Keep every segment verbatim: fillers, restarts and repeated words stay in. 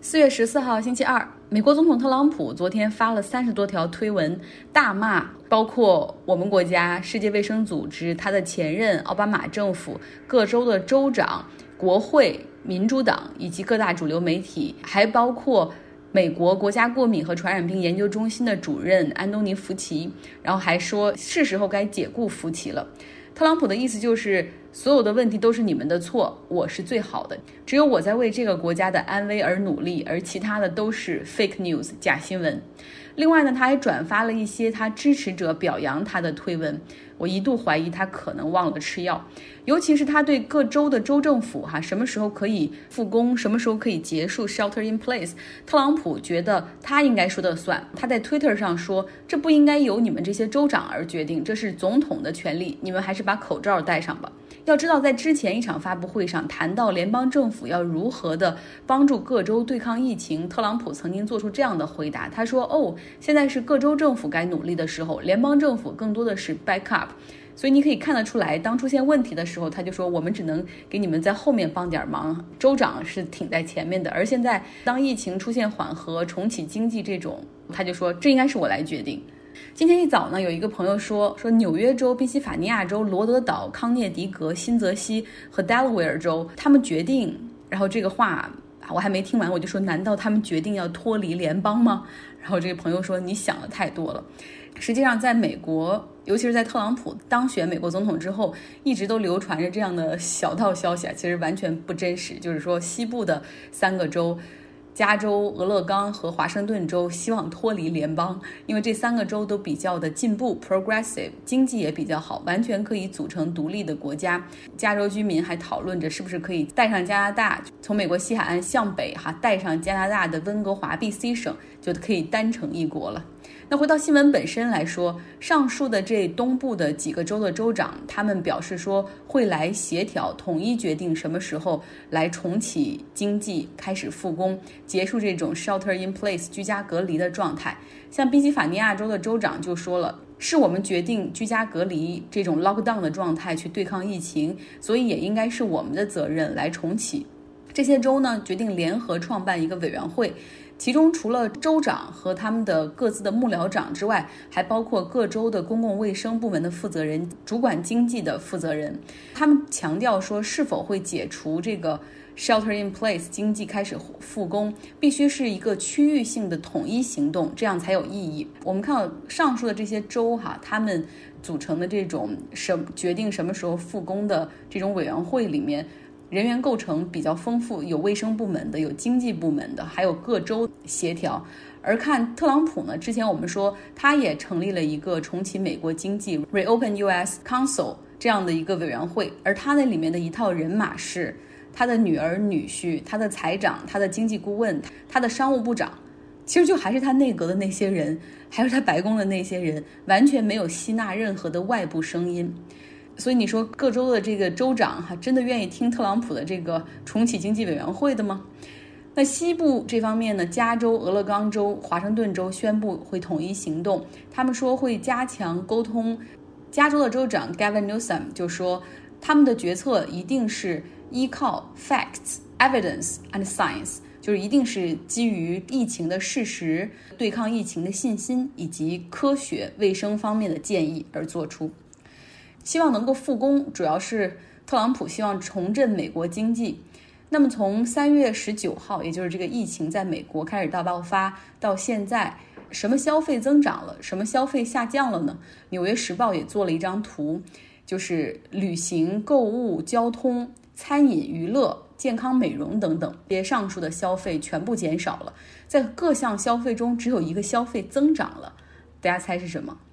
四月十四号星期二，美国总统特朗普昨天发了三十多条推文，大骂包括我们国家、世界卫生组织、他的前任奥巴马政府、各州的州长、国会、民主党以及各大主流媒体，还包括美国国家过敏和传染病研究中心的主任安东尼·福奇，然后还说是时候该解雇福奇了。特朗普的意思就是所有的问题都是你们的错，我是最好的，只有我在为这个国家的安危而努力，而其他的都是 fake news 假新闻。另外呢，他还转发了一些他支持者表扬他的推文，我一度怀疑他可能忘了吃药，尤其是他对各州的州政府哈什么时候可以复工，什么时候可以结束 shelter in place， 特朗普觉得他应该说的算。他在 Twitter 上说，这不应该由你们这些州长而决定，这是总统的权利，你们还是把口罩戴上吧。要知道，在之前一场发布会上谈到联邦政府要如何的帮助各州对抗疫情，特朗普曾经做出这样的回答，他说哦，现在是各州政府该努力的时候，联邦政府更多的是 backup。所以你可以看得出来，当出现问题的时候，他就说我们只能给你们在后面帮点忙，州长是挺在前面的。而现在当疫情出现缓和，重启经济这种，他就说这应该是我来决定。今天一早呢，有一个朋友说说纽约州、宾夕法尼亚州、罗德岛、康涅狄格、新泽西和 Delaware 州，他们决定，然后这个话我还没听完，我就说难道他们决定要脱离联邦吗？然后这个朋友说你想的太多了。实际上在美国，尤其是在特朗普当选美国总统之后，一直都流传着这样的小道消息，其实完全不真实。就是说西部的三个州，加州、俄勒冈和华盛顿州希望脱离联邦，因为这三个州都比较的进步 progressive， 经济也比较好，完全可以组成独立的国家。加州居民还讨论着是不是可以带上加拿大，从美国西海岸向北哈带上加拿大的温哥华 B C 省，就可以单成一国了。那回到新闻本身来说，上述的这东部的几个州的州长，他们表示说会来协调，统一决定什么时候来重启经济，开始复工，结束这种 shelter in place 居家隔离的状态。像宾夕法尼亚州的州长就说了，是我们决定居家隔离这种 lockdown 的状态去对抗疫情，所以也应该是我们的责任来重启。这些州呢决定联合创办一个委员会，其中除了州长和他们的各自的幕僚长之外，还包括各州的公共卫生部门的负责人、主管经济的负责人。他们强调说，是否会解除这个 shelter in place 经济开始复工，必须是一个区域性的统一行动，这样才有意义。我们看到上述的这些州哈，他们组成的这种什决定什么时候复工的这种委员会里面，人员构成比较丰富，有卫生部门的，有经济部门的，还有各州协调。而看特朗普呢，之前我们说他也成立了一个重启美国经济 Reopen U S Council 这样的一个委员会，而他那里面的一套人马是他的女儿女婿、他的财长、他的经济顾问、他的商务部长，其实就还是他内阁的那些人，还有他白宫的那些人，完全没有吸纳任何的外部声音。所以你说各州的这个州长哈，真的愿意听特朗普的这个重启经济委员会的吗？那西部这方面呢，加州、俄勒冈州、华盛顿州宣布会统一行动，他们说会加强沟通。加州的州长 Gavin Newsom 就说，他们的决策一定是依靠 facts、evidence and science， 就是一定是基于疫情的事实、对抗疫情的信心以及科学卫生方面的建议而做出。希望能够复工，主要是特朗普希望重振美国经济。那么从三月十九号，也就是这个疫情在美国开始大爆发到现在，什么消费增长了，什么消费下降了呢？纽约时报也做了一张图，就是旅行、购物、交通、餐饮、娱乐、健康美容等等这些上述的消费全部减少了，在各项消费中只有一个消费增长了，大家猜是什么？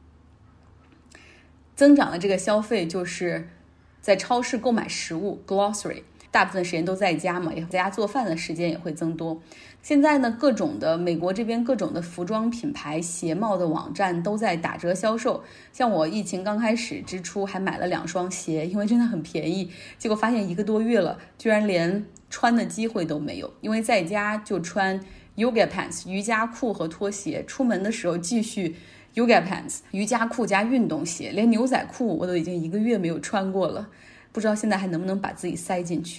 增长的这个消费就是在超市购买食物 glossary， 大部分时间都在家嘛，也在家做饭的时间也会增多。现在呢，各种的美国这边各种的服装品牌、鞋帽的网站都在打折销售。像我疫情刚开始之初还买了两双鞋，因为真的很便宜，结果发现一个多月了，居然连穿的机会都没有，因为在家就穿 yoga pants 瑜伽裤和拖鞋，出门的时候继续Yoga pants 瑜伽裤加运动鞋，连牛仔裤我都已经一个月没有穿过了，不知道现在还能不能把自己塞进去。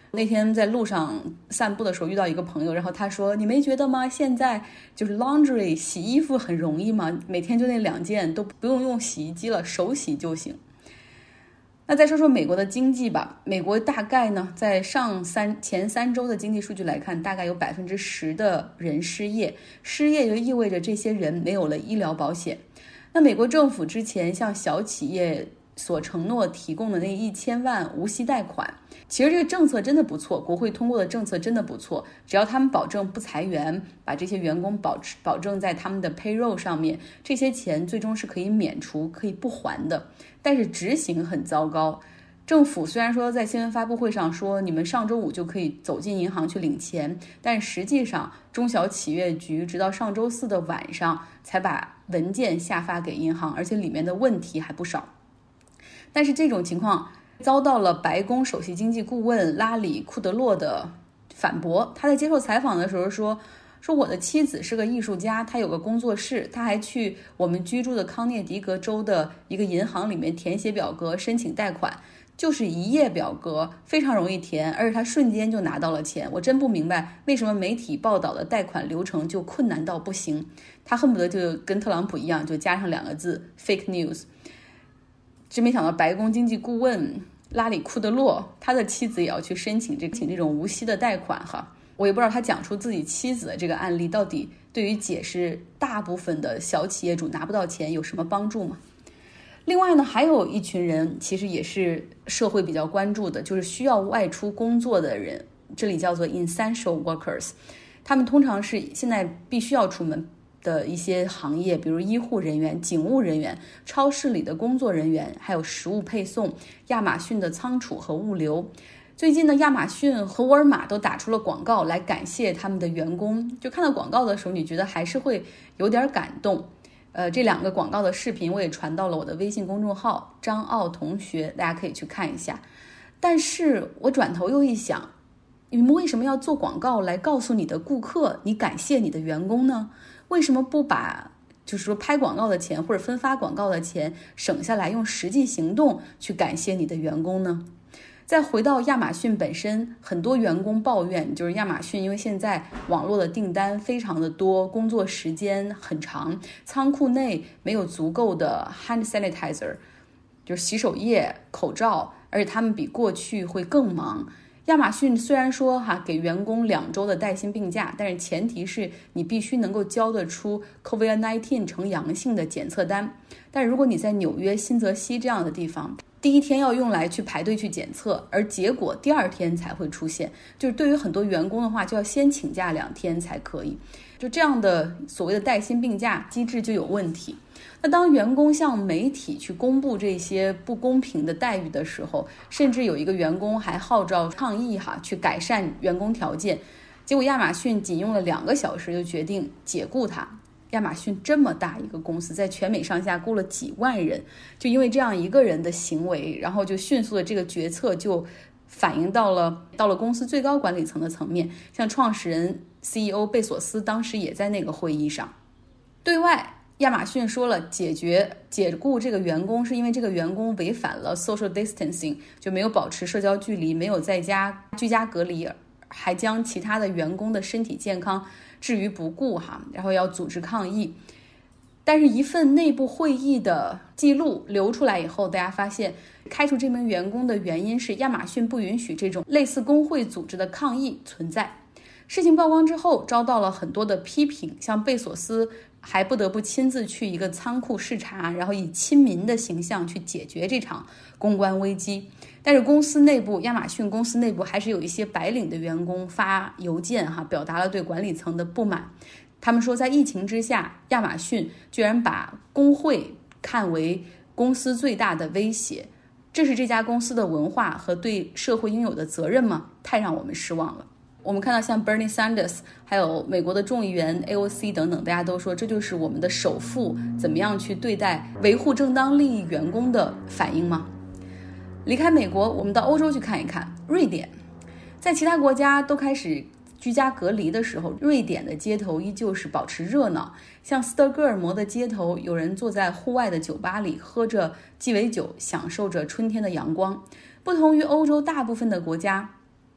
那天在路上散步的时候遇到一个朋友，然后他说，你没觉得吗？现在就是 laundry 洗衣服很容易吗？每天就那两件都不用用洗衣机了，手洗就行。那再说说美国的经济吧，美国大概呢，在上三前三周的经济数据来看，大概有百分之十的人失业，失业就意味着这些人没有了医疗保险。那美国政府之前向小企业所承诺提供的那一千万无息贷款，其实这个政策真的不错，国会通过的政策真的不错，只要他们保证不裁员，把这些员工保持保证在他们的 payroll 上面，这些钱最终是可以免除可以不还的。但是执行很糟糕，政府虽然说在新闻发布会上说你们上周五就可以走进银行去领钱，但实际上中小企业局直到上周四的晚上才把文件下发给银行，而且里面的问题还不少。但是这种情况遭到了白宫首席经济顾问拉里·库德洛的反驳。他在接受采访的时候说说我的妻子是个艺术家，她有个工作室，她还去我们居住的康涅狄格州的一个银行里面填写表格申请贷款，就是一页表格，非常容易填，而且她瞬间就拿到了钱。我真不明白为什么媒体报道的贷款流程就困难到不行。他恨不得就跟特朗普一样，就加上两个字 fake news。真没想到白宫经济顾问拉里·库德洛他的妻子也要去申请这请这种无息的贷款哈。我也不知道他讲出自己妻子的这个案例到底对于解释大部分的小企业主拿不到钱有什么帮助吗？另外呢，还有一群人其实也是社会比较关注的，就是需要外出工作的人，这里叫做 essential workers， 他们通常是现在必须要出门的一些行业，比如医护人员、警务人员、超市里的工作人员，还有食物配送、亚马逊的仓储和物流。最近呢，亚马逊和沃尔玛都打出了广告来感谢他们的员工，就看到广告的时候，你觉得还是会有点感动。呃，这两个广告的视频我也传到了我的微信公众号张奥同学，大家可以去看一下。但是我转头又一想，你们为什么要做广告来告诉你的顾客你感谢你的员工呢？为什么不把就是说拍广告的钱或者分发广告的钱省下来，用实际行动去感谢你的员工呢？再回到亚马逊本身，很多员工抱怨，就是亚马逊因为现在网络的订单非常的多，工作时间很长，仓库内没有足够的 hand sanitizer， 就是洗手液、口罩，而且他们比过去会更忙。亚马逊虽然说哈给员工两周的带薪病假，但是前提是你必须能够交得出 COVID 十九 呈阳性的检测单。但如果你在纽约、新泽西这样的地方，第一天要用来去排队去检测，而结果第二天才会出现，就是对于很多员工的话，就要先请假两天才可以。就这样的所谓的带薪病假机制就有问题。那当员工向媒体去公布这些不公平的待遇的时候，甚至有一个员工还号召抗议哈，去改善员工条件，结果亚马逊仅用了两个小时就决定解雇他。亚马逊这么大一个公司，在全美上下雇了几万人，就因为这样一个人的行为，然后就迅速的这个决策就反映到了到了公司最高管理层的层面，像创始人 C E O 贝索斯当时也在那个会议上。对外亚马逊说了，解决解雇这个员工是因为这个员工违反了 social distancing， 就没有保持社交距离，没有在家居家隔离，还将其他的员工的身体健康置于不顾哈，然后要组织抗议。但是一份内部会议的记录流出来以后，大家发现开除这名员工的原因是亚马逊不允许这种类似工会组织的抗议存在。事情曝光之后遭到了很多的批评，像贝索斯还不得不亲自去一个仓库视察，然后以亲民的形象去解决这场公关危机。但是公司内部，亚马逊公司内部还是有一些白领的员工发邮件哈，表达了对管理层的不满。他们说，在疫情之下，亚马逊居然把工会看为公司最大的威胁，这是这家公司的文化和对社会应有的责任吗？太让我们失望了。我们看到像 Bernie Sanders 还有美国的众议员 A O C 等等，大家都说这就是我们的首富怎么样去对待维护正当利益员工的反应吗？离开美国，我们到欧洲去看一看。瑞典在其他国家都开始居家隔离的时候，瑞典的街头依旧是保持热闹，像斯德哥尔摩的街头，有人坐在户外的酒吧里喝着鸡尾酒，享受着春天的阳光。不同于欧洲大部分的国家，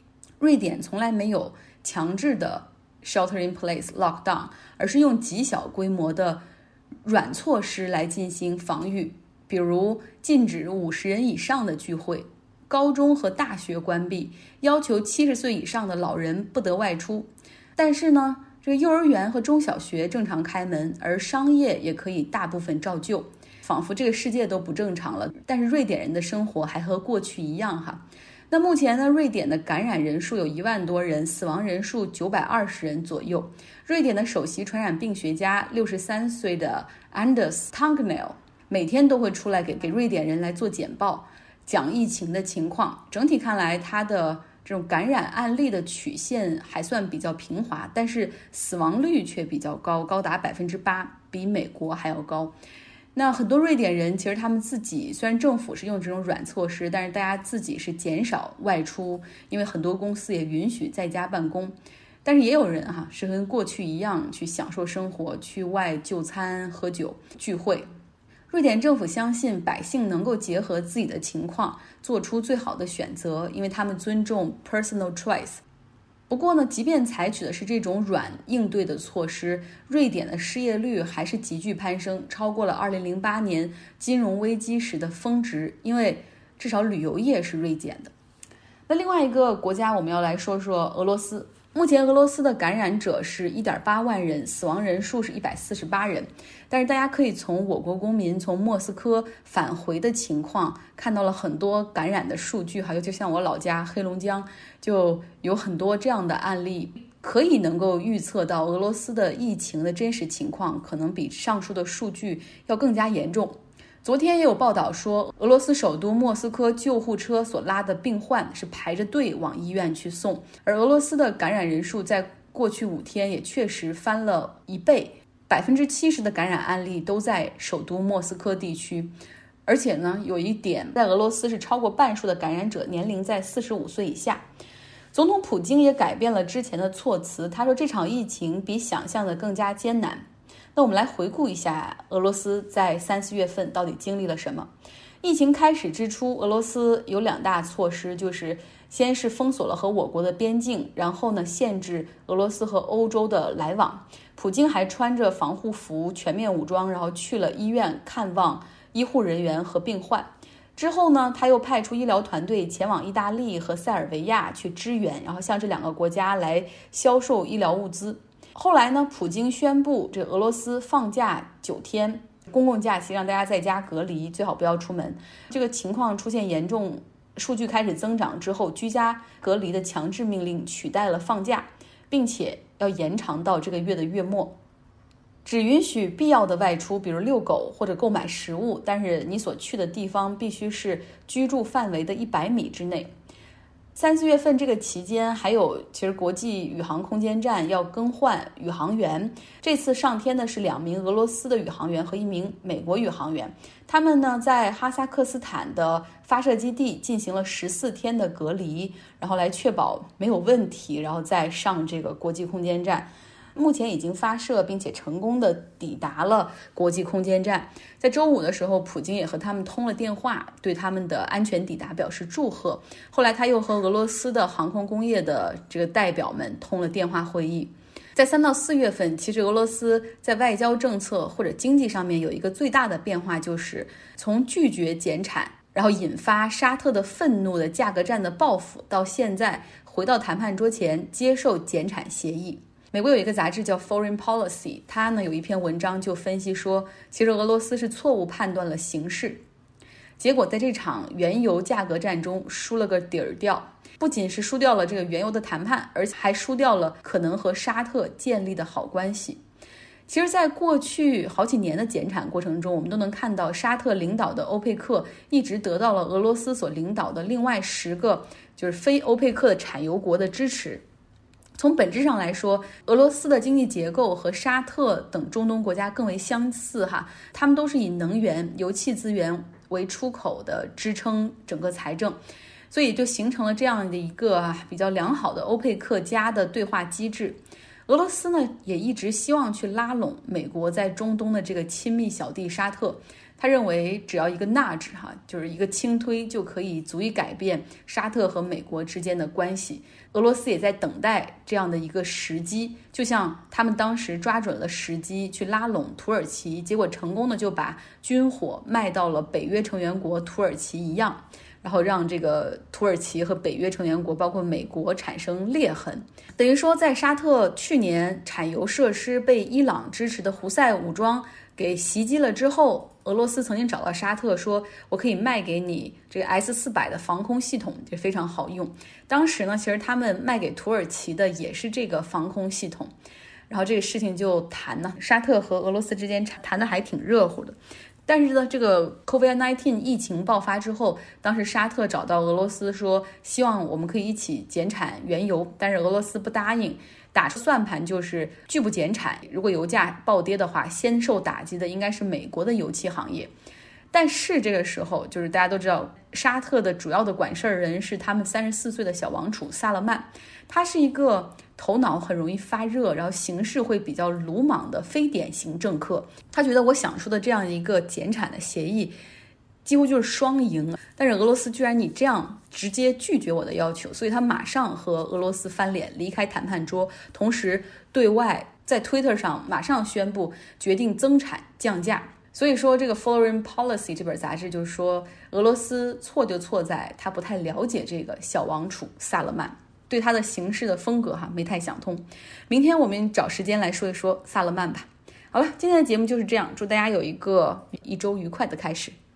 瑞典从来没有强制的 shelter in place lockdown， 而是用极小规模的软措施来进行防御，比如禁止五十人以上的聚会，高中和大学关闭，要求七十岁以上的老人不得外出。但是呢，这个幼儿园和中小学正常开门，而商业也可以大部分照旧，仿佛这个世界都不正常了。但是瑞典人的生活还和过去一样哈。那目前呢，瑞典的感染人数有一万多人，死亡人数九百二十人左右。瑞典的首席传染病学家六十三岁的 Anders Tegnell 每天都会出来给给瑞典人来做简报，讲疫情的情况。整体看来，他的这种感染案例的曲线还算比较平滑，但是死亡率却比较高，高达百分之八，比美国还要高。那很多瑞典人其实他们自己，虽然政府是用这种软措施，但是大家自己是减少外出，因为很多公司也允许在家办公。但是也有人哈是跟过去一样去享受生活，去外就餐、喝酒、聚会。瑞典政府相信百姓能够结合自己的情况做出最好的选择，因为他们尊重 personal choice。不过呢，即便采取的是这种软应对的措施，瑞典的失业率还是急剧攀升，超过了二零零八年金融危机时的峰值，因为至少旅游业是锐减的。那另外一个国家我们要来说说俄罗斯。目前俄罗斯的感染者是 一点八万人，死亡人数是一百四十八人。但是大家可以从我国公民从莫斯科返回的情况看到了很多感染的数据哈，尤其像我老家黑龙江就有很多这样的案例，可以能够预测到俄罗斯的疫情的真实情况可能比上述的数据要更加严重。昨天也有报道说，俄罗斯首都莫斯科救护车所拉的病患是排着队往医院去送，而俄罗斯的感染人数在过去五天也确实翻了一倍，百分之七十的感染案例都在首都莫斯科地区。而且呢，有一点，在俄罗斯是超过半数的感染者年龄在四十五岁以下。总统普京也改变了之前的措辞，他说这场疫情比想象的更加艰难。那我们来回顾一下俄罗斯在三四月份到底经历了什么。疫情开始之初，俄罗斯有两大措施，就是先是封锁了和我国的边境，然后呢限制俄罗斯和欧洲的来往。普京还穿着防护服全面武装，然后去了医院看望医护人员和病患。之后呢，他又派出医疗团队前往意大利和塞尔维亚去支援，然后向这两个国家来销售医疗物资。后来呢，普京宣布这俄罗斯放假九天，公共假期让大家在家隔离，最好不要出门。这个情况出现严重，数据开始增长之后，居家隔离的强制命令取代了放假，并且要延长到这个月的月末。只允许必要的外出，比如遛狗或者购买食物，但是你所去的地方必须是居住范围的一百米之内。三四月份这个期间，还有其实国际宇航空间站要更换宇航员，这次上天的是两名俄罗斯的宇航员和一名美国宇航员，他们呢在哈萨克斯坦的发射基地进行了十四天的隔离，然后来确保没有问题，然后再上这个国际空间站。目前已经发射并且成功的抵达了国际空间站。在周五的时候，普京也和他们通了电话，对他们的安全抵达表示祝贺。后来他又和俄罗斯的航空工业的这个代表们通了电话会议。在三到四月份，其实俄罗斯在外交政策或者经济上面有一个最大的变化，就是从拒绝减产，然后引发沙特的愤怒的价格战的报复，到现在回到谈判桌前接受减产协议。美国有一个杂志叫 Foreign Policy， 它呢有一篇文章就分析说，其实俄罗斯是错误判断了形势，结果在这场原油价格战中输了个底儿掉，不仅是输掉了这个原油的谈判，而且还输掉了可能和沙特建立的好关系。其实在过去好几年的减产过程中，我们都能看到沙特领导的欧佩克一直得到了俄罗斯所领导的另外十个就是非欧佩克的产油国的支持。从本质上来说，俄罗斯的经济结构和沙特等中东国家更为相似哈，他们都是以能源、油气资源为出口的支撑整个财政，所以就形成了这样的一个比较良好的欧佩克加的对话机制。俄罗斯呢也一直希望去拉拢美国在中东的这个亲密小弟沙特， 他认为只要一个 nudge 哈，就是一个轻推就可以足以改变沙特和美国之间的关系。俄罗斯也在等待这样的一个时机，就像他们当时抓准了时机去拉拢土耳其，结果成功的就把军火卖到了北约成员国土耳其一样，然后让这个土耳其和北约成员国包括美国产生裂痕。等于说在沙特去年产油设施被伊朗支持的胡塞武装给袭击了之后，俄罗斯曾经找到沙特说，我可以卖给你这个 S 四百 的防空系统，这非常好用。当时呢，其实他们卖给土耳其的也是这个防空系统，然后这个事情就谈呢，沙特和俄罗斯之间谈的还挺热乎的。但是呢，这个 COVID 十九 疫情爆发之后，当时沙特找到俄罗斯说，希望我们可以一起减产原油，但是俄罗斯不答应。打出算盘就是拒不减产，如果油价暴跌的话，先受打击的应该是美国的油气行业。但是这个时候，就是大家都知道，沙特的主要的管事儿人是他们三十四岁的小王储萨勒曼，他是一个头脑很容易发热，然后行事会比较鲁莽的非典型政客。他觉得我想出的这样一个减产的协议几乎就是双赢，但是俄罗斯居然你这样直接拒绝我的要求，所以他马上和俄罗斯翻脸，离开谈判桌，同时对外在 Twitter 上马上宣布决定增产降价。所以说这个 Foreign Policy 这本杂志就是说，俄罗斯错就错在他不太了解这个小王储萨勒曼，对他的行事的风格哈没太想通。明天我们找时间来说一说萨勒曼吧。好了，今天的节目就是这样，祝大家有一个一周愉快的开始。